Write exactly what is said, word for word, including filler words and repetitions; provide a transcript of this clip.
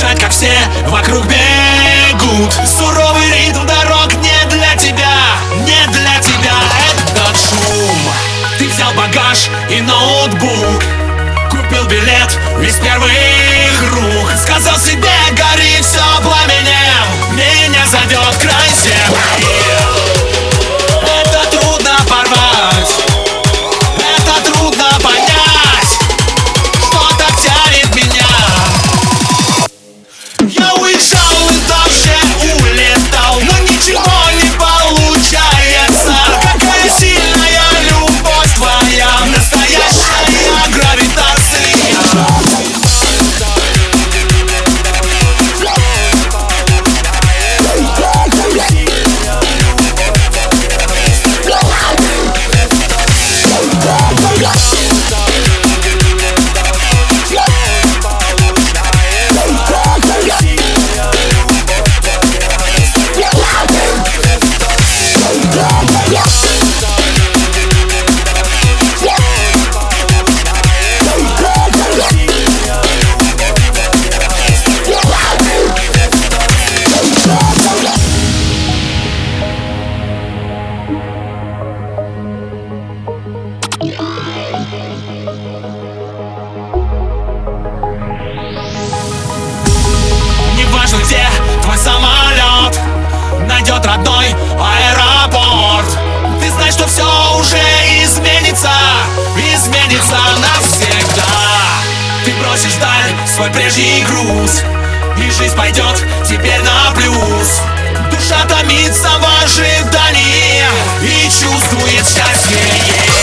бежать, как все вокруг бегут. Суровый ритм дорог не для тебя, не для тебя этот шум. Ты взял багаж и ноутбук, купил билет из первых рук. Сказал себе: гори все пламенем, меня зовет край земли. Это трудно порвать, это трудно понять, что так тянет меня. Я уезжал и даже улетал, но ничего не получается. Какая сильная любовь твоя, настоящая гравитация. Неважно, где твой самолет найдет родной аэропорт, ты знаешь, что все уже изменится, изменится навсегда. Ты бросишь вдаль свой прежний груз, и жизнь пойдет теперь на плюс. Душа томится в ожидании и чувствует счастье.